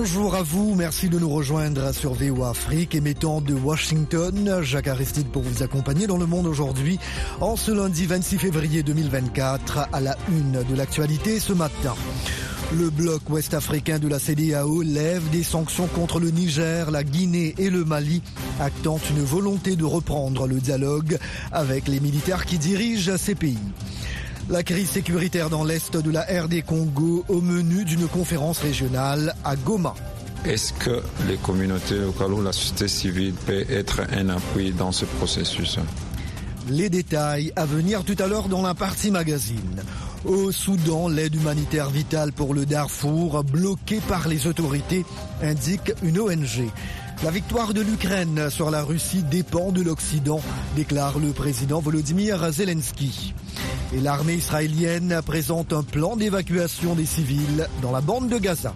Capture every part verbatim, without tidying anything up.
Bonjour à vous, merci de nous rejoindre sur V O A Afrique, émettant de Washington. Jacques Aristide pour vous accompagner dans le monde aujourd'hui, en ce lundi vingt-six février deux mille vingt-quatre, à la une de l'actualité ce matin. Le bloc ouest-africain de la C E D E A O lève des sanctions contre le Niger, la Guinée et le Mali, actant une volonté de reprendre le dialogue avec les militaires qui dirigent ces pays. La crise sécuritaire dans l'est de la R D Congo au menu d'une conférence régionale à Goma. Est-ce que les communautés locales ou la société civile peut être un appui dans ce processus? Les détails à venir tout à l'heure dans la partie magazine. Au Soudan, l'aide humanitaire vitale pour le Darfour, bloquée par les autorités, indique une O N G. La victoire de l'Ukraine sur la Russie dépend de l'Occident, déclare le président Volodymyr Zelensky. Et l'armée israélienne présente un plan d'évacuation des civils dans la bande de Gaza.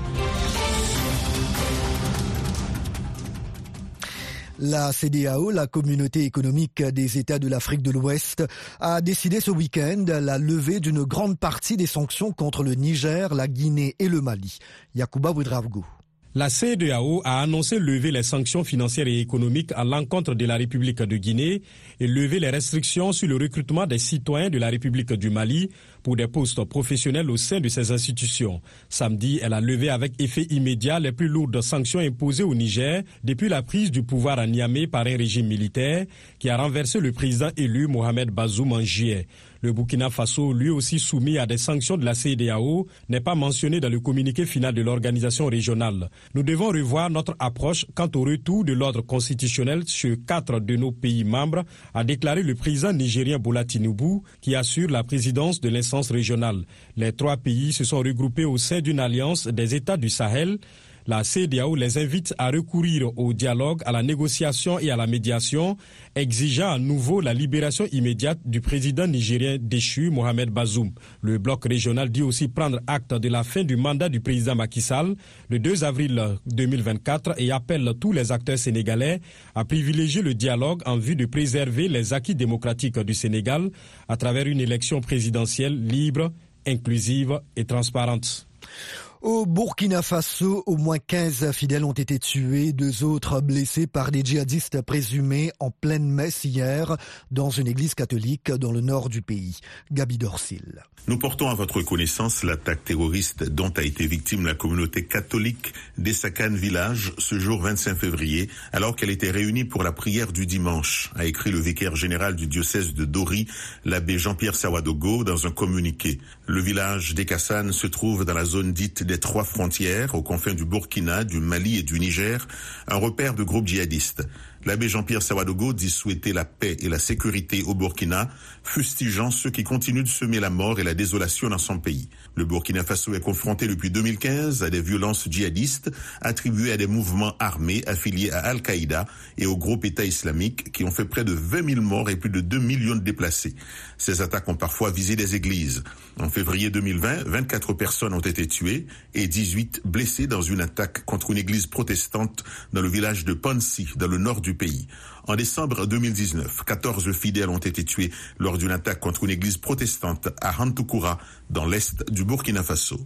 La C E D E A O, la communauté économique des États de l'Afrique de l'Ouest, a décidé ce week-end la levée d'une grande partie des sanctions contre le Niger, la Guinée et le Mali. Yacouba Ouedraogo. La C E D E A O a annoncé lever les sanctions financières et économiques à l'encontre de la République de Guinée et lever les restrictions sur le recrutement des citoyens de la République du Mali pour des postes professionnels au sein de ces institutions. Samedi, elle a levé avec effet immédiat les plus lourdes sanctions imposées au Niger depuis la prise du pouvoir à Niamey par un régime militaire qui a renversé le président élu Mohamed Bazoum en juillet. Le Burkina Faso, lui aussi soumis à des sanctions de la C E D E A O, n'est pas mentionné dans le communiqué final de l'organisation régionale. Nous devons revoir notre approche quant au retour de l'ordre constitutionnel sur quatre de nos pays membres, a déclaré le président nigérien Bola Tinubu, qui assure la présidence de l'instance régionale. Les trois pays se sont regroupés au sein d'une alliance des États du Sahel. La C E D E A O les invite à recourir au dialogue, à la négociation et à la médiation, exigeant à nouveau la libération immédiate du président nigérien déchu Mohamed Bazoum. Le bloc régional dit aussi prendre acte de la fin du mandat du président Macky Sall le deux avril deux mille vingt-quatre et appelle tous les acteurs sénégalais à privilégier le dialogue en vue de préserver les acquis démocratiques du Sénégal à travers une élection présidentielle libre, inclusive et transparente. Au Burkina Faso, au moins quinze fidèles ont été tués, deux autres blessés par des djihadistes présumés en pleine messe hier dans une église catholique dans le nord du pays. Gabi Dorsil. Nous portons à votre connaissance l'attaque terroriste dont a été victime la communauté catholique d'Essakan Village ce jour vingt-cinq février, alors qu'elle était réunie pour la prière du dimanche, a écrit le vicaire général du diocèse de Dori, l'abbé Jean-Pierre Sawadogo, dans un communiqué. Le village d'Ekassan se trouve dans la zone dite des trois frontières, aux confins du Burkina, du Mali et du Niger, un repère de groupes djihadistes. L'abbé Jean-Pierre Sawadogo dit souhaiter la paix et la sécurité au Burkina, fustigeant ceux qui continuent de semer la mort et la désolation dans son pays. Le Burkina Faso est confronté depuis deux mille quinze à des violences djihadistes attribuées à des mouvements armés affiliés à Al-Qaïda et au groupe État islamique qui ont fait près de vingt mille morts et plus de deux millions de déplacés. Ces attaques ont parfois visé des églises. En février deux mille vingt, vingt-quatre personnes ont été tuées et dix-huit blessées dans une attaque contre une église protestante dans le village de Pansi, dans le nord du pays. En décembre deux mille dix-neuf, quatorze fidèles ont été tués lors d'une attaque contre une église protestante à Hantukura, dans l'est du Burkina Faso.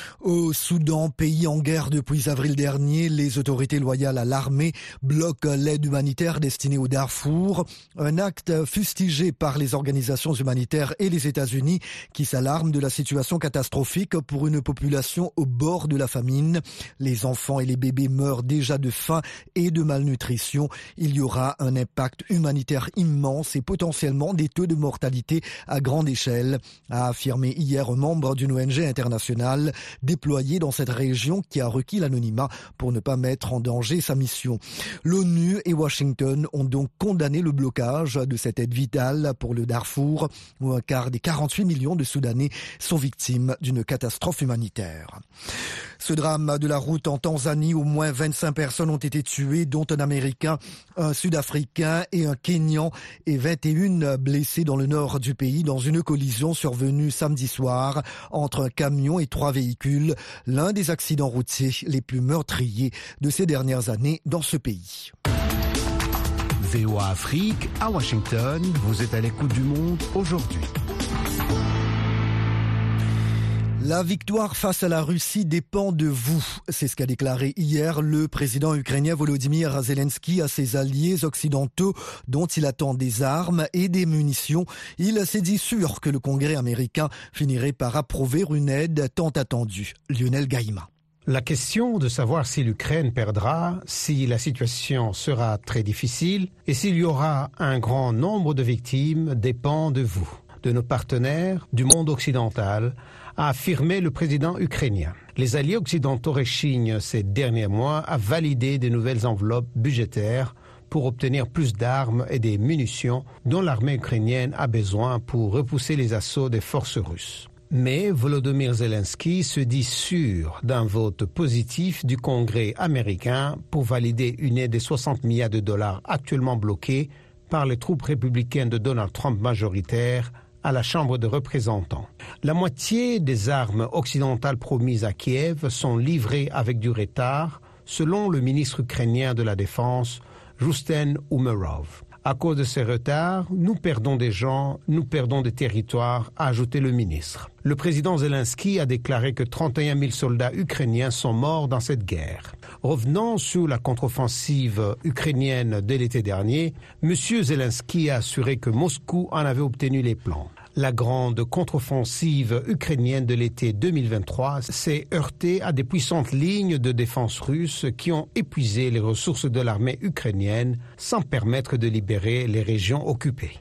Au Soudan, pays en guerre depuis avril dernier, les autorités loyales à l'armée bloquent l'aide humanitaire destinée au Darfour. Un acte fustigé par les organisations humanitaires et les États-Unis qui s'alarment de la situation catastrophique pour une population au bord de la famine. Les enfants et les bébés meurent déjà de faim et de malnutrition. Il y aura un impact humanitaire immense et potentiellement des taux de mortalité à grande échelle, a affirmé hier un membre d'une O N G internationale déployée dans cette région qui a requis l'anonymat pour ne pas mettre en danger sa mission. L'ONU et Washington ont donc condamné le blocage de cette aide vitale pour le Darfour, où un quart des quarante-huit millions de Soudanais sont victimes d'une catastrophe humanitaire. Ce drame de la route en Tanzanie, au moins vingt-cinq personnes ont été tuées, dont un Américain, un Sud-Africain et un Kenyan, et vingt et une blessés dans le nord du pays dans une collision survenue samedi soir entre un camion et trois véhicules, l'un des accidents routiers les plus meurtriers de ces dernières années dans ce pays. V O A Afrique, à Washington, vous êtes à l'écoute du monde aujourd'hui. La victoire face à la Russie dépend de vous. C'est ce qu'a déclaré hier le président ukrainien Volodymyr Zelensky à ses alliés occidentaux dont il attend des armes et des munitions. Il s'est dit sûr que le Congrès américain finirait par approuver une aide tant attendue. Lionel Gaïma. La question de savoir si l'Ukraine perdra, si la situation sera très difficile et s'il y aura un grand nombre de victimes dépend de vous, de nos partenaires, du monde occidental, a affirmé le président ukrainien. Les alliés occidentaux rechignent ces derniers mois à valider de nouvelles enveloppes budgétaires pour obtenir plus d'armes et des munitions dont l'armée ukrainienne a besoin pour repousser les assauts des forces russes. Mais Volodymyr Zelensky se dit sûr d'un vote positif du Congrès américain pour valider une aide de soixante milliards de dollars actuellement bloquée par les troupes républicaines de Donald Trump majoritaires à la Chambre des représentants. La moitié des armes occidentales promises à Kiev sont livrées avec du retard, selon le ministre ukrainien de la Défense, Rustem Umerov. À cause de ces retards, nous perdons des gens, nous perdons des territoires, a ajouté le ministre. Le président Zelensky a déclaré que trente et un mille soldats ukrainiens sont morts dans cette guerre. Revenant sur la contre-offensive ukrainienne de l'été dernier, M. Zelensky a assuré que Moscou en avait obtenu les plans. La grande contre-offensive ukrainienne de l'été deux mille vingt-trois s'est heurtée à des puissantes lignes de défense russes qui ont épuisé les ressources de l'armée ukrainienne sans permettre de libérer les régions occupées.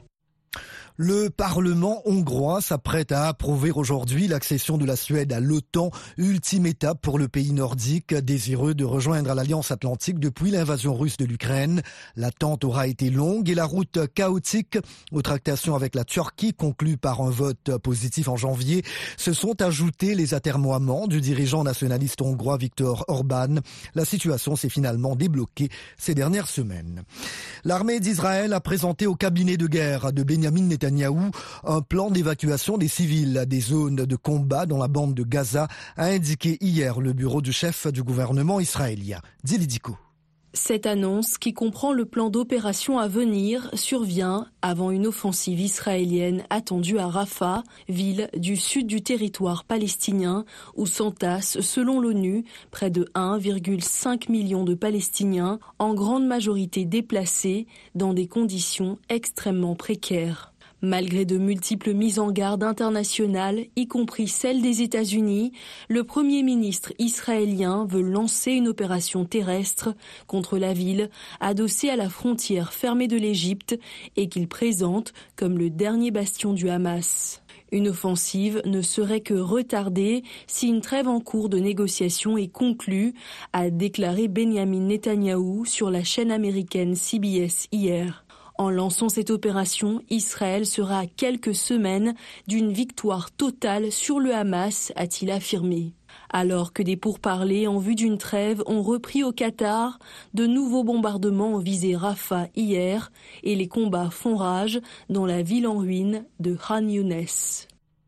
Le Parlement hongrois s'apprête à approuver aujourd'hui l'accession de la Suède à l'OTAN, ultime étape pour le pays nordique désireux de rejoindre l'Alliance Atlantique depuis l'invasion russe de l'Ukraine. L'attente aura été longue et la route chaotique aux tractations avec la Turquie, conclue par un vote positif en janvier, se sont ajoutés les atermoiements du dirigeant nationaliste hongrois Viktor Orban. La situation s'est finalement débloquée ces dernières semaines. L'armée d'Israël a présenté au cabinet de guerre de Benjamin Netanyahu Netanyahou un plan d'évacuation des civils des zones de combat dans la bande de Gaza, a indiqué hier le bureau du chef du gouvernement israélien. Dilidiko. Cette annonce, qui comprend le plan d'opération à venir, survient avant une offensive israélienne attendue à Rafah, ville du sud du territoire palestinien, où s'entassent, selon l'ONU, près de un virgule cinq million de Palestiniens, en grande majorité déplacés, dans des conditions extrêmement précaires. Malgré de multiples mises en garde internationales, y compris celles des États-Unis, le Premier ministre israélien veut lancer une opération terrestre contre la ville, adossée à la frontière fermée de l'Égypte et qu'il présente comme le dernier bastion du Hamas. Une offensive ne serait que retardée si une trêve en cours de négociation est conclue, a déclaré Benjamin Netanyahou sur la chaîne américaine C B S hier. En lançant cette opération, Israël sera à quelques semaines d'une victoire totale sur le Hamas, a-t-il affirmé. Alors que des pourparlers en vue d'une trêve ont repris au Qatar, de nouveaux bombardements ont visé Rafah hier et les combats font rage dans la ville en ruine de Khan Younes.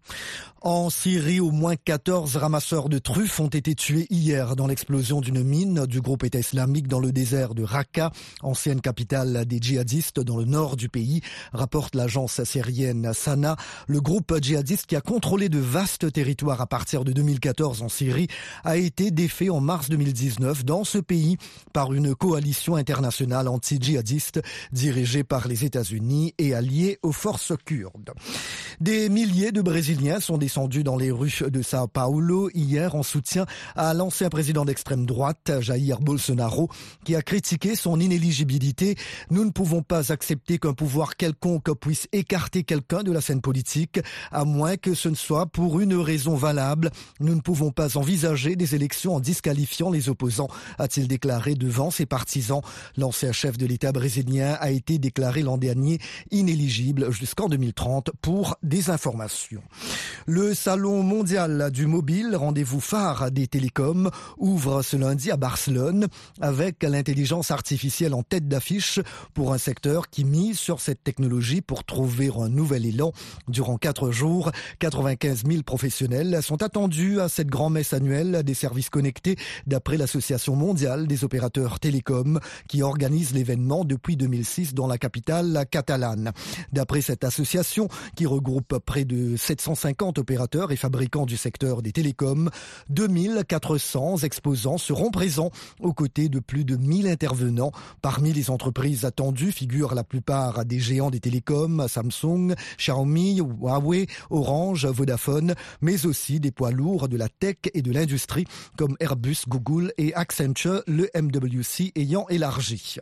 En Syrie, au moins quatorze ramasseurs de truffes ont été tués hier dans l'explosion d'une mine du groupe État islamique dans le désert de Raqqa, ancienne capitale des djihadistes dans le nord du pays, rapporte l'agence syrienne Sana. Le groupe djihadiste qui a contrôlé de vastes territoires à partir de deux mille quatorze en Syrie a été défait en mars deux mille dix-neuf dans ce pays par une coalition internationale anti-djihadiste dirigée par les États-Unis et alliée aux forces kurdes. Des milliers de Brésiliens sont descendus dans les rues de Sao Paulo hier en soutien à l'ancien président d'extrême droite, Jair Bolsonaro, qui a critiqué son inéligibilité. Nous ne pouvons pas accepter qu'un pouvoir quelconque puisse écarter quelqu'un de la scène politique, à moins que ce ne soit pour une raison valable. Nous ne pouvons pas envisager des élections en disqualifiant les opposants, a-t-il déclaré devant ses partisans. L'ancien chef de l'État brésilien a été déclaré l'an dernier inéligible jusqu'en deux mille trente pour désinformation. Le Salon mondial du mobile, rendez-vous phare des télécoms, ouvre ce lundi à Barcelone avec l'intelligence artificielle en tête d'affiche pour un secteur qui mise sur cette technologie pour trouver un nouvel élan. Durant quatre jours, quatre-vingt-quinze mille professionnels sont attendus à cette grand-messe annuelle des services connectés d'après l'Association mondiale des opérateurs télécoms qui organise l'événement depuis deux mille six dans la capitale catalane. D'après cette association qui regroupe près de sept cent cinquante cinquante opérateurs et fabricants du secteur des télécoms. deux mille quatre cents exposants seront présents aux côtés de plus de mille intervenants. Parmi les entreprises attendues figurent la plupart des géants des télécoms, Samsung, Xiaomi, Huawei, Orange, Vodafone, mais aussi des poids lourds de la tech et de l'industrie comme Airbus, Google et Accenture, le M W C ayant élargi.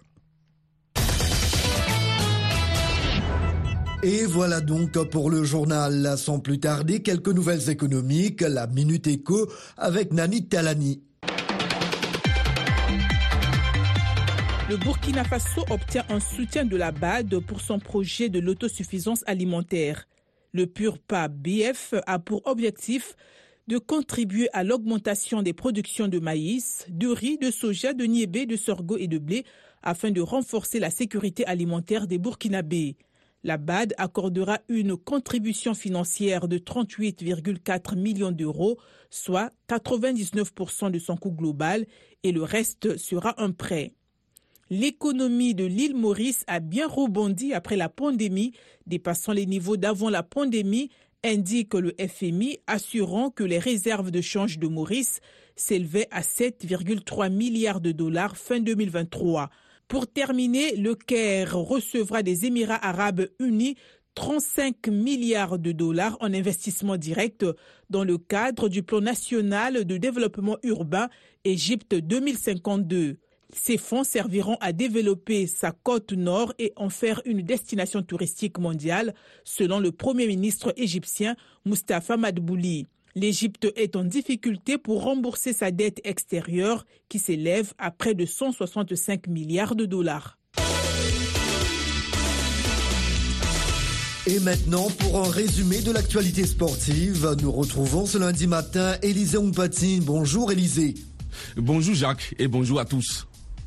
Et voilà donc pour le journal. Sans plus tarder, quelques nouvelles économiques, la Minute Éco avec Nani Talani. Le Burkina Faso obtient un soutien de la B A D pour son projet de l'autosuffisance alimentaire. Le PURPA B F a pour objectif de contribuer à l'augmentation des productions de maïs, de riz, de soja, de niébé, de sorgho et de blé afin de renforcer la sécurité alimentaire des Burkinabés. La B A D accordera une contribution financière de trente-huit virgule quatre millions d'euros, soit quatre-vingt-dix-neuf pour cent de son coût global, et le reste sera un prêt. L'économie de l'île Maurice a bien rebondi après la pandémie, dépassant les niveaux d'avant la pandémie, indique le F M I, assurant que les réserves de change de Maurice s'élevaient à sept virgule trois milliards de dollars fin deux mille vingt-trois. Pour terminer, le Caire recevra des Émirats arabes unis trente-cinq milliards de dollars en investissement direct dans le cadre du plan national de développement urbain Égypte deux mille cinquante-deux. Ces fonds serviront à développer sa côte nord et en faire une destination touristique mondiale, selon le Premier ministre égyptien Moustapha Madbouli. L'Égypte est en difficulté pour rembourser sa dette extérieure qui s'élève à près de cent soixante-cinq milliards de dollars. Et maintenant, pour un résumé de l'actualité sportive, nous retrouvons ce lundi matin Élisée Ompatine. Bonjour Élisée. Bonjour Jacques et bonjour à tous.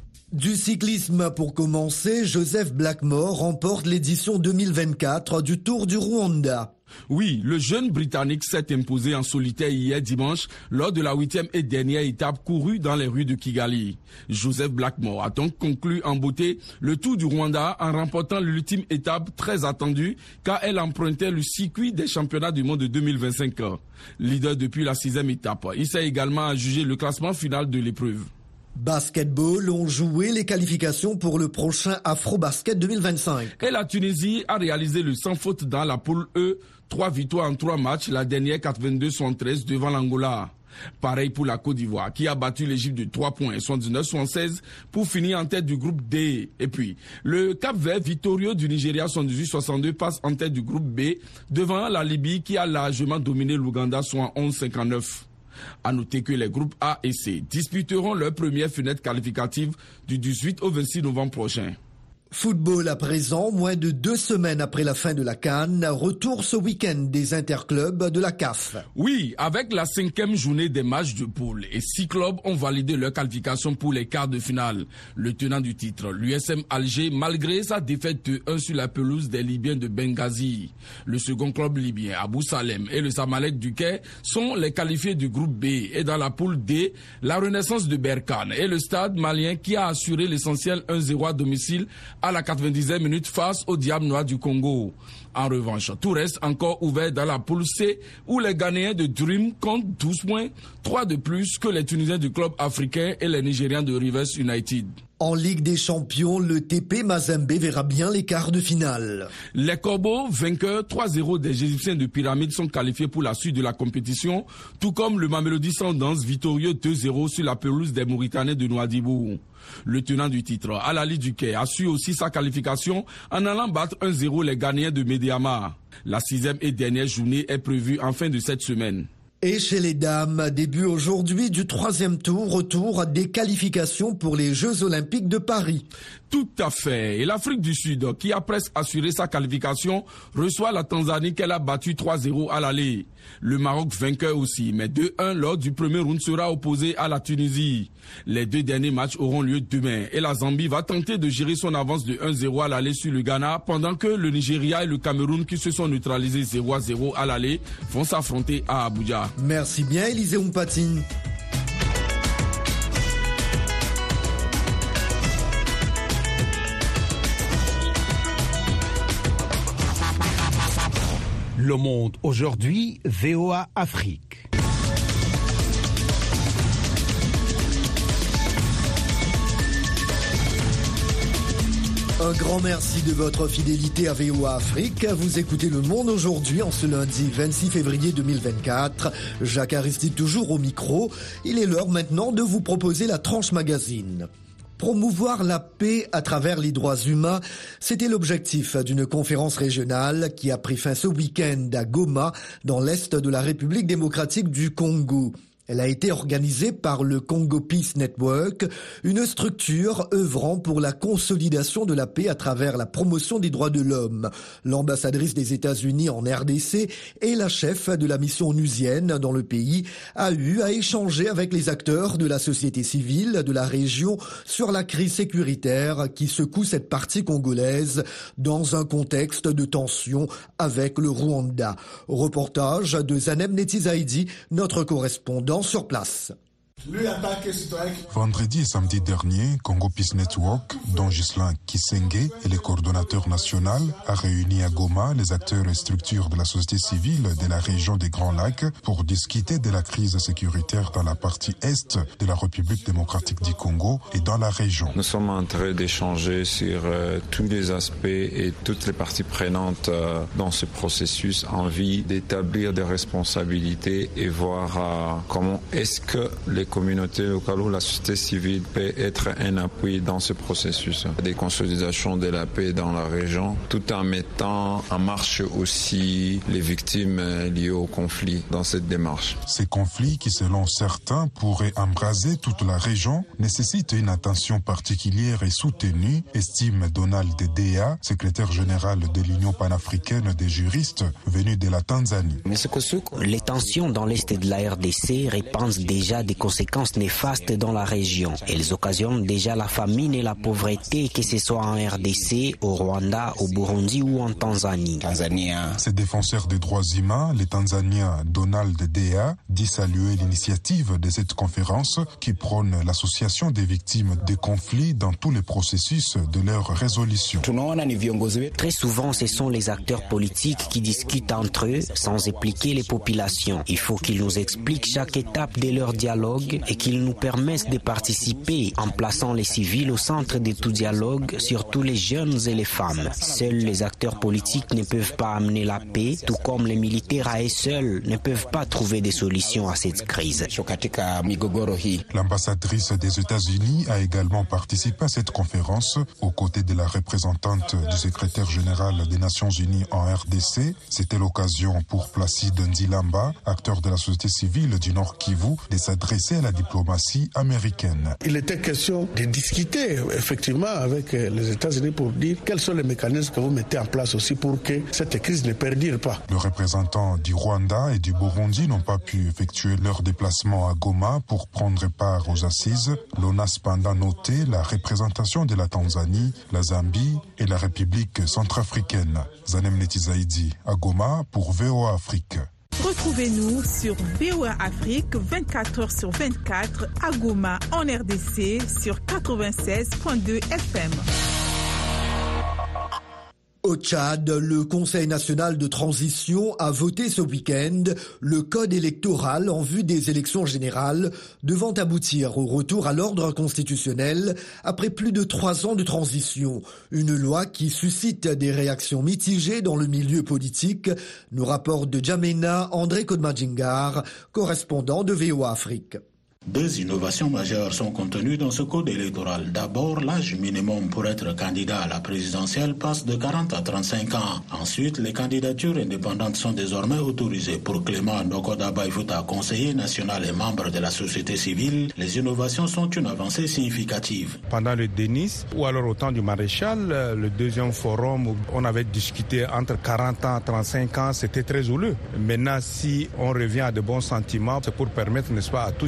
Du cyclisme pour commencer, Joseph Blackmore remporte l'édition deux mille vingt-quatre du Tour du Rwanda. Oui, le jeune Britannique s'est imposé en solitaire hier dimanche lors de la huitième et dernière étape courue dans les rues de Kigali. Joseph Blackmore a donc conclu en beauté le Tour du Rwanda en remportant l'ultime étape très attendue car elle empruntait le circuit des championnats du monde de deux mille vingt-cinq. Leader depuis la sixième étape, il s'est également adjugé le classement final de l'épreuve. Basketball ont joué les qualifications pour le prochain Afro-Basket deux mille vingt-cinq. Et la Tunisie a réalisé le sans faute dans la poule E, trois victoires en trois matchs, la dernière quatre-vingt-deux soixante-treize devant l'Angola. Pareil pour la Côte d'Ivoire qui a battu l'Égypte de trois points, soixante-dix-neuf soixante-seize pour finir en tête du groupe D. Et puis, le Cap-Vert victorieux du Nigeria soixante-dix-huit soixante-deux passe en tête du groupe B devant la Libye qui a largement dominé l'Ouganda soit onze cinquante-neuf. À noter que les groupes A et C disputeront leur première fenêtre qualificative du dix-huit au vingt-six novembre prochain. Football à présent, moins de deux semaines après la fin de la CAN, retour ce week-end des interclubs de la C A F. Oui, avec la cinquième journée des matchs de poule et six clubs ont validé leur qualification pour les quarts de finale. Le tenant du titre, l'U S M Alger, malgré sa défaite de un sur la pelouse des Libyens de Benghazi. Le second club libyen, Abou Salem et le Zamalek du Caire sont les qualifiés du groupe B. Et dans la poule D, la Renaissance de Berkane et le Stade malien qui a assuré l'essentiel un zéro à domicile à la quatre-vingt-dixième minute face au Diable Noir du Congo. En revanche, tout reste encore ouvert dans la poule C où les Ghanéens de Dream comptent douze points, trois de plus que les Tunisiens du club africain et les Nigérians de Rivers United. En Ligue des Champions, le T P Mazembe verra bien les quarts de finale. Les Corbeaux, vainqueurs trois zéro des Égyptiens de Pyramide, sont qualifiés pour la suite de la compétition, tout comme le Mamelodi Sundowns victorieux deux zéro sur la pelouse des Mauritaniens de Nouadhibou. Le tenant du titre, Al Ahly du Caire, a su aussi sa qualification en allant battre un zéro les Ghanéens de Médiama. La sixième et dernière journée est prévue en fin de cette semaine. Et chez les dames, début aujourd'hui du troisième tour, retour des qualifications pour les Jeux Olympiques de Paris. Tout à fait. Et l'Afrique du Sud, qui a presque assuré sa qualification, reçoit la Tanzanie qu'elle a battue trois zéro à l'aller. Le Maroc vainqueur aussi, mais deux un lors du premier round sera opposé à la Tunisie. Les deux derniers matchs auront lieu demain et la Zambie va tenter de gérer son avance de un zéro à l'aller sur le Ghana pendant que le Nigeria et le Cameroun qui se sont neutralisés zéro à zéro à l'aller vont s'affronter à Abuja. Merci bien Élisée Ompatine. Le Monde aujourd'hui, V O A Afrique. Un grand merci de votre fidélité à V O A Afrique. Vous écoutez Le Monde aujourd'hui en ce lundi vingt-six février deux mille vingt-quatre. Jacques Aristide toujours au micro. Il est l'heure maintenant de vous proposer la tranche magazine. Promouvoir la paix à travers les droits humains, c'était l'objectif d'une conférence régionale qui a pris fin ce week-end à Goma, dans l'est de la République démocratique du Congo. Elle a été organisée par le Congo Peace Network, une structure œuvrant pour la consolidation de la paix à travers la promotion des droits de l'homme. L'ambassadrice des États-Unis en R D C et la chef de la mission onusienne dans le pays a eu à échanger avec les acteurs de la société civile de la région sur la crise sécuritaire qui secoue cette partie congolaise dans un contexte de tension avec le Rwanda. Reportage de Zanem Netizaidi, notre correspondant sur place. Vendredi et samedi dernier, Congo Peace Network, dont Ghislain Kisenge est le coordonnateur national, a réuni à Goma les acteurs et structures de la société civile de la région des Grands Lacs pour discuter de la crise sécuritaire dans la partie est de la République démocratique du Congo et dans la région. Nous sommes en train d'échanger sur euh, tous les aspects et toutes les parties prenantes euh, dans ce processus en vue d'établir des responsabilités et voir euh, comment est-ce que les communautés locales ou la société civile peut être un appui dans ce processus des consolidations de la paix dans la région, tout en mettant en marche aussi les victimes liées au conflit dans cette démarche. Ces conflits qui, selon certains, pourraient embraser toute la région, nécessitent une attention particulière et soutenue, estime Donald Dea, secrétaire général de l'Union panafricaine des juristes venu de la Tanzanie. Les tensions dans l'est de la R D C répandent déjà des conséquences néfastes dans la région. Elles occasionnent déjà la famine et la pauvreté, que ce soit en R D C, au Rwanda, au Burundi ou en Tanzanie. Ces défenseurs des droits humains, les Tanzaniens Donald Dea, dit saluer l'initiative de cette conférence qui prône l'association des victimes des conflits dans tous les processus de leur résolution. Très souvent, ce sont les acteurs politiques qui discutent entre eux sans impliquer les populations. Il faut qu'ils nous expliquent chaque étape de leur dialogue et qu'ils nous permettent de participer en plaçant les civils au centre de tout dialogue, surtout les jeunes et les femmes. Seuls les acteurs politiques ne peuvent pas amener la paix, tout comme les militaires à eux seuls ne peuvent pas trouver des solutions à cette crise. L'ambassadrice des États-Unis a également participé à cette conférence aux côtés de la représentante du secrétaire général des Nations Unies en R D C. C'était l'occasion pour Placide Nzilamba, acteur de la société civile du Nord Kivu, de s'adresser à la diplomatie américaine. Il était question de discuter effectivement avec les États-Unis pour dire quels sont les mécanismes que vous mettez en place aussi pour que cette crise ne perdure pas. Les représentants du Rwanda et du Burundi n'ont pas pu effectuer leur déplacement à Goma pour prendre part aux assises. L'O N A cependant noté la représentation de la Tanzanie, la Zambie et la République centrafricaine. Zanem Netizaidi à Goma pour V O A Afrique. Retrouvez-nous sur V O A Afrique vingt-quatre heures sur vingt-quatre à Goma en R D C sur quatre-vingt-seize virgule deux F M. Au Tchad, le Conseil national de transition a voté ce week-end le code électoral en vue des élections générales, devant aboutir au retour à l'ordre constitutionnel après plus de trois ans de transition. Une loi qui suscite des réactions mitigées dans le milieu politique, nous rapporte de Djamena André Kodmadjingar, correspondant de V O A Afrique. Deux innovations majeures sont contenues dans ce code électoral. D'abord, l'âge minimum pour être candidat à la présidentielle passe de quarante à trente-cinq ans. Ensuite, les candidatures indépendantes sont désormais autorisées. Pour Clément Ndokoda Baïfouta, conseiller national et membre de la société civile, les innovations sont une avancée significative. Pendant le Denis, ou alors au temps du maréchal, le deuxième forum où on avait discuté entre quarante ans et trente-cinq ans, c'était très houleux. Maintenant, si on revient à de bons sentiments, c'est pour permettre, n'est-ce pas, à tout Tchadien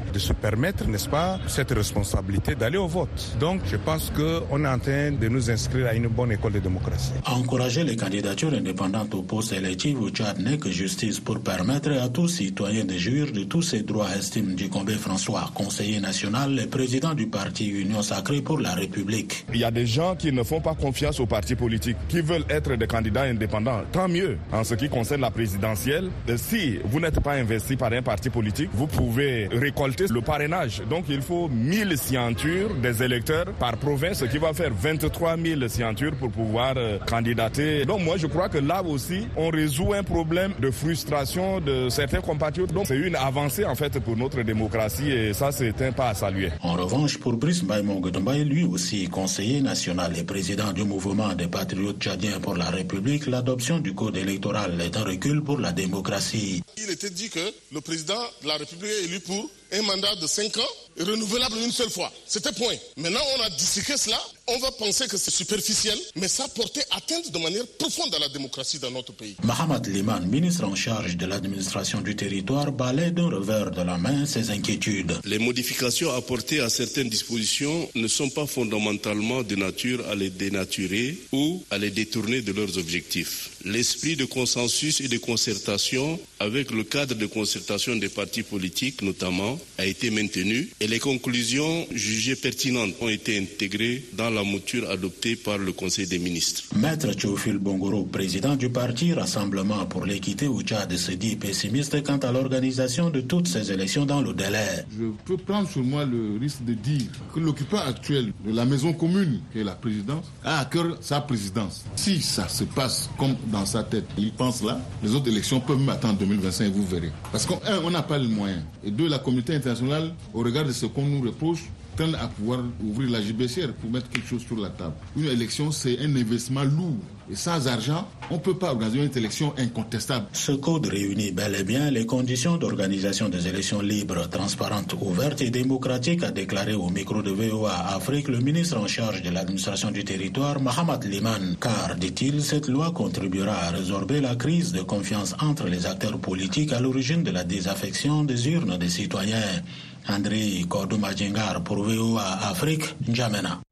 manière de se permettre, n'est-ce pas, cette responsabilité d'aller au vote. Donc je pense qu'on est en train de nous inscrire à une bonne école de démocratie. Encourager les candidatures indépendantes aux postes électifs au Tchad n'est que justice pour permettre à tout citoyen de jouir de tous ses droits, estime Djikombe François, conseiller national et président du parti Union Sacrée pour la République. Il y a des gens qui ne font pas confiance aux partis politiques, qui veulent être des candidats indépendants. Tant mieux. En ce qui concerne la présidentielle, si vous n'êtes pas investi par un parti politique, vous pouvez récolter le parrainage. Donc il faut mille signatures des électeurs par province, ce qui va faire vingt-trois mille signatures pour pouvoir euh, candidater. Donc moi je crois que là aussi, on résout un problème de frustration de certains compatriotes. Donc c'est une avancée en fait pour notre démocratie et ça c'est un pas à saluer. En revanche, pour Brice Mbaye-Mongodombaye, lui aussi conseiller national et président du mouvement des patriotes tchadiens pour la République, l'adoption du code électoral est un recul pour la démocratie. Il était dit que le président de la République est élu pour un mandat de cinq ans, renouvelable une seule fois. C'était point. Maintenant, on a disséqué cela. On va penser que c'est superficiel, mais ça portait atteinte de manière profonde à la démocratie dans notre pays. Mahamat Liman, ministre en charge de l'administration du territoire, balaie d'un revers de la main ses inquiétudes. Les modifications apportées à certaines dispositions ne sont pas fondamentalement de nature à les dénaturer ou à les détourner de leurs objectifs. L'esprit de consensus et de concertation avec le cadre de concertation des partis politiques notamment a été maintenu et les conclusions jugées pertinentes ont été intégrées dans la mouture adoptée par le Conseil des ministres. Maître Théophile Bongoro, président du parti Rassemblement pour l'équité au Tchad, se dit pessimiste quant à l'organisation de toutes ces élections dans le délai. Je peux prendre sur moi le risque de dire que l'occupant actuel de la maison commune, qui est la présidence, a à cœur sa présidence. Si ça se passe comme dans sa tête, il pense là, les autres élections peuvent m'attendre en deux mille vingt-cinq, vous verrez. Parce qu'un, on n'a pas le moyen. Et deux, la communauté internationale, au regard de ce qu'on nous reproche, tend à pouvoir ouvrir la judiciaire pour mettre quelque chose sur la table. Une élection, c'est un investissement lourd. Et sans argent, on ne peut pas organiser une élection incontestable. Ce code réunit bel et bien les conditions d'organisation des élections libres, transparentes, ouvertes et démocratiques, a déclaré au micro de V O A Afrique le ministre en charge de l'administration du territoire, Mahamat Liman. Car, dit-il, cette loi contribuera à résorber la crise de confiance entre les acteurs politiques à l'origine de la désaffection des urnes des citoyens. André Kordouma-Djengar pour V O A Afrique, N'Djamena.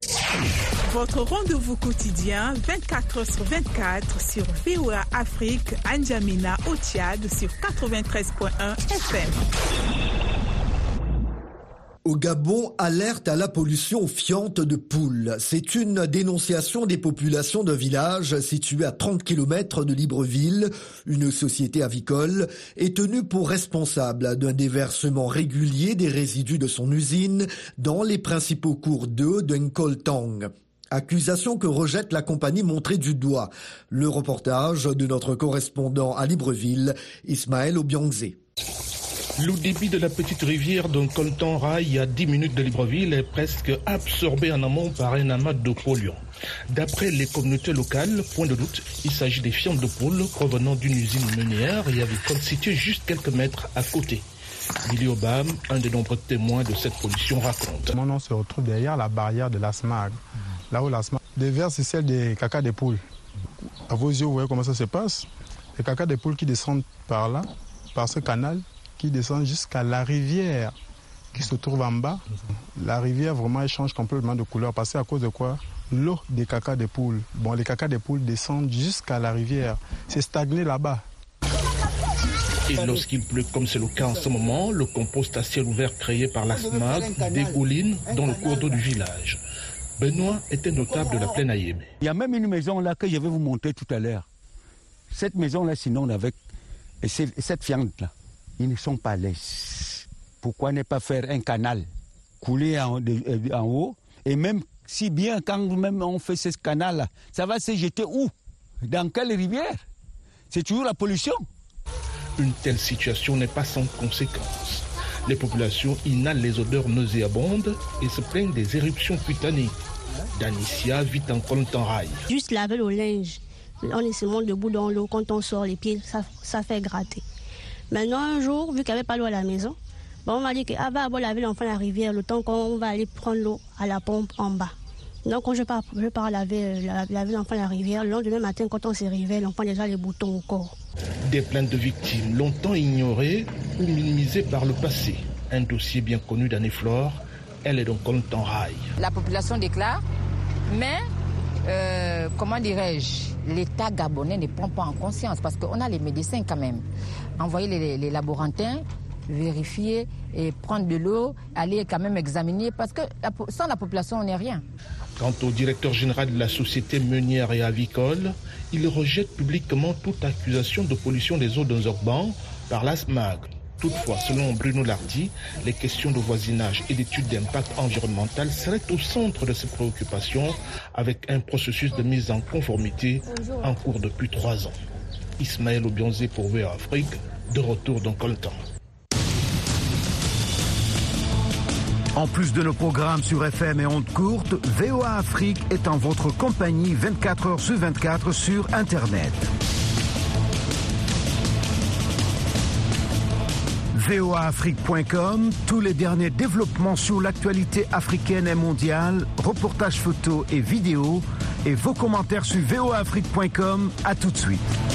Votre rendez-vous quotidien vingt-quatre heures sur vingt-quatre sur V O A Afrique, à N'Djamena au Tchad sur quatre-vingt-treize point un F M. Au Gabon, alerte à la pollution fiente de poules. C'est une dénonciation des populations d'un village situé à trente kilomètres de Libreville. Une société avicole est tenue pour responsable d'un déversement régulier des résidus de son usine dans les principaux cours d'eau de Nkoltang. Accusation que rejette la compagnie montrée du doigt. Le reportage de notre correspondant à Libreville, Ismaël Obiangzé. Le débit de la petite rivière d'Nkoltang-Rail à dix minutes de Libreville est presque absorbé en amont par un amas de polluants. D'après les communautés locales, point de doute, il s'agit des fientes de poules provenant d'une usine meunière et avicole située juste quelques mètres à côté. Billy Obam, un des nombreux témoins de cette pollution, raconte. Mon nom se retrouve derrière la barrière de l'Asmag. Là où l'Asmag déverse celle des caca des poules. À vos yeux, vous voyez comment ça se passe. Les caca des poules qui descendent par là, par ce canal, qui descend jusqu'à la rivière qui se trouve en bas. La rivière vraiment change complètement de couleur parce qu'à cause de quoi? L'eau des caca des poules. Bon, les caca des poules descendent jusqu'à la rivière. C'est stagné là-bas. Et lorsqu'il pleut, comme c'est le cas en ce moment, le compost à ciel ouvert créé par l'Asmag dégouline dans le cours d'eau du village. Benoît était notable de la plaine Ayémé. Il y a même une maison là que je vais vous montrer tout à l'heure. Cette maison-là, sinon, avec cette fiente-là, ils ne sont pas laises. Pourquoi ne pas faire un canal couler en, de, en haut? Et même si bien, quand même on fait ce canal-là, ça va se jeter où? Dans quelle rivière? C'est toujours la pollution. Une telle situation n'est pas sans conséquences. Les populations inhalent les odeurs nauséabondes et se plaignent des éruptions cutanées. Danicia vit en Nkoltang-Rail. Juste laver le linge. On est seulement debout dans l'eau. Quand on sort les pieds, ça, ça fait gratter. Maintenant, un jour, vu qu'il n'y avait pas l'eau à la maison, bon, on m'a dit que ah, va laver l'enfant à la rivière le temps qu'on va aller prendre l'eau à la pompe en bas. Donc, quand je pars, je pars laver, laver l'enfant à la rivière, le lendemain matin, quand on s'est réveillé, l'enfant a déjà les boutons au corps. Des plaintes de victimes longtemps ignorées ou minimisées par le passé. Un dossier bien connu d'Anne-Flore, elle est donc Colton Rail. La population déclare, mais euh, comment dirais-je, l'État gabonais ne prend pas en conscience parce qu'on a les médecins quand même. Envoyer les, les laborantins, vérifier et prendre de l'eau, aller quand même examiner parce que sans la population on n'est rien. Quant au directeur général de la société meunière et avicole, il rejette publiquement toute accusation de pollution des eaux dans Orban par l'A S M A G. Toutefois, selon Bruno Lardy, les questions de voisinage et d'études d'impact environnemental seraient au centre de ses préoccupations avec un processus de mise en conformité en cours depuis trois ans. Ismaël Obionzé pour V O A Afrique, de retour dans Colton. En plus de nos programmes sur F M et ondes courtes, V O A Afrique est en votre compagnie vingt-quatre heures sur vingt-quatre sur Internet. V O A Afrique point com, tous les derniers développements sur l'actualité africaine et mondiale, reportages photos et vidéos, et vos commentaires sur V O A Afrique point com. À tout de suite.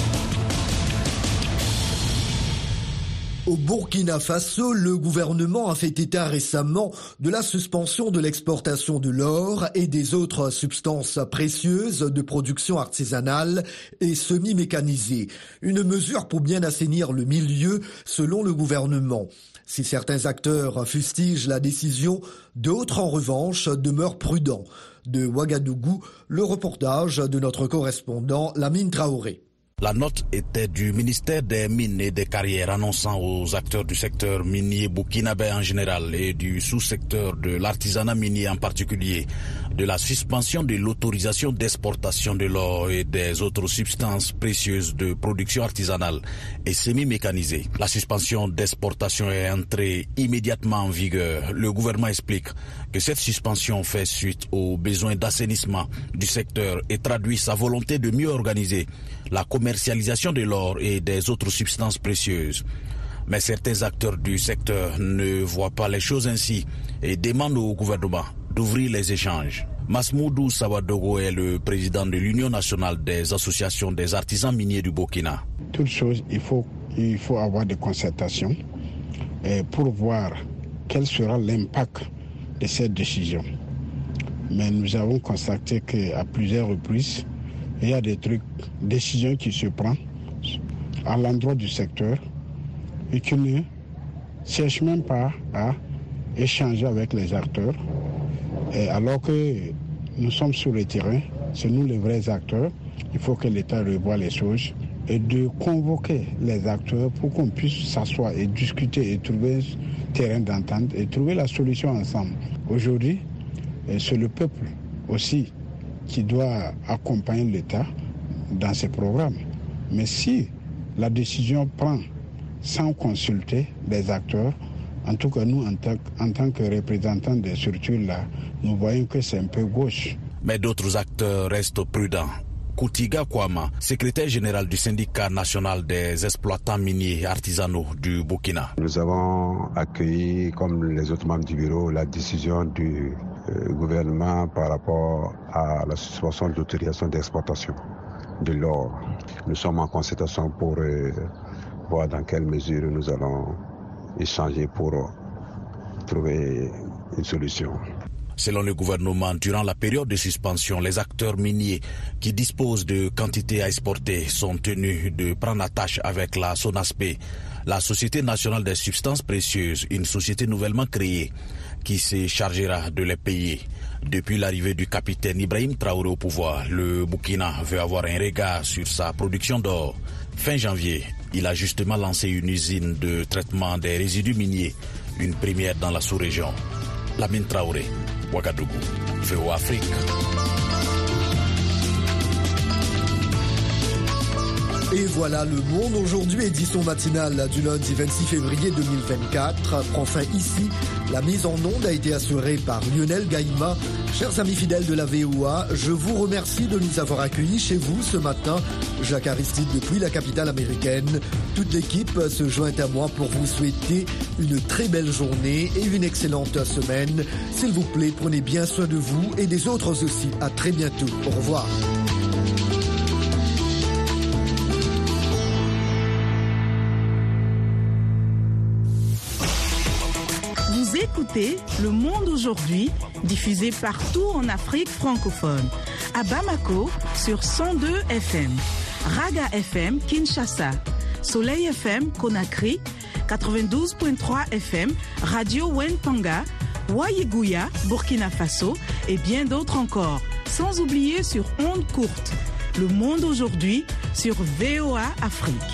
Au Burkina Faso, le gouvernement a fait état récemment de la suspension de l'exportation de l'or et des autres substances précieuses de production artisanale et semi-mécanisée. Une mesure pour bien assainir le milieu, selon le gouvernement. Si certains acteurs fustigent la décision, d'autres en revanche demeurent prudents. De Ouagadougou, le reportage de notre correspondant Lamine Traoré. La note était du ministère des Mines et des Carrières annonçant aux acteurs du secteur minier burkinabé en général et du sous-secteur de l'artisanat minier en particulier de la suspension de l'autorisation d'exportation de l'or et des autres substances précieuses de production artisanale et semi-mécanisée. La suspension d'exportation est entrée immédiatement en vigueur. Le gouvernement explique que cette suspension fait suite aux besoins d'assainissement du secteur et traduit sa volonté de mieux organiser la commercialisation de l'or et des autres substances précieuses. Mais certains acteurs du secteur ne voient pas les choses ainsi et demandent au gouvernement d'ouvrir les échanges. Masmoudou Sawadogo est le président de l'Union nationale des associations des artisans miniers du Burkina. Toute chose, il faut, il faut avoir des concertations pour voir quel sera l'impact de cette décision. Mais nous avons constaté qu'à plusieurs reprises, il y a des trucs, décisions qui se prennent à l'endroit du secteur et qui ne cherchent même pas à échanger avec les acteurs. Et alors que nous sommes sur le terrain, c'est nous les vrais acteurs. Il faut que l'État revoie les choses et de convoquer les acteurs pour qu'on puisse s'asseoir et discuter et trouver un terrain d'entente et trouver la solution ensemble. Aujourd'hui, c'est le peuple aussi qui doit accompagner l'État dans ces programmes. Mais si la décision prend sans consulter les acteurs, en tout cas nous, en tant, en tant que représentants des structures-là, nous voyons que c'est un peu gauche. Mais d'autres acteurs restent prudents. Koutiga Kouama, secrétaire général du syndicat national des exploitants miniers artisanaux du Burkina. Nous avons accueilli, comme les autres membres du bureau, la décision du euh, gouvernement par rapport à la suspension de l'autorisation d'exportation de l'or. Nous sommes en concertation pour euh, voir dans quelle mesure nous allons échanger pour euh, trouver une solution. Selon le gouvernement, durant la période de suspension, les acteurs miniers qui disposent de quantités à exporter sont tenus de prendre attache avec la SONASPE, la Société nationale des substances précieuses, une société nouvellement créée qui se chargera de les payer. Depuis l'arrivée du capitaine Ibrahim Traoré au pouvoir, le Burkina veut avoir un regard sur sa production d'or. Fin janvier, il a justement lancé une usine de traitement des résidus miniers, une première dans la sous-région. Lamine Traoré, Ouagadougou, V O A Afrique. Et voilà, le monde aujourd'hui, édition matinale du lundi vingt-six février deux mille vingt-quatre, prend fin ici. La mise en onde a été assurée par Lionel Gaïma. Chers amis fidèles de la V O A, je vous remercie de nous avoir accueillis chez vous ce matin. Jacques Aristide depuis la capitale américaine. Toute l'équipe se joint à moi pour vous souhaiter une très belle journée et une excellente semaine. S'il vous plaît, prenez bien soin de vous et des autres aussi. À très bientôt. Au revoir. Vous écoutez Le Monde aujourd'hui, diffusé partout en Afrique francophone. À Bamako, sur cent deux F M. Raga F M, Kinshasa. Soleil F M, Conakry. quatre-vingt-douze virgule trois F M, Radio Wentanga. Wayeguya, Burkina Faso. Et bien d'autres encore. Sans oublier sur ondes courtes. Le Monde aujourd'hui sur V O A Afrique.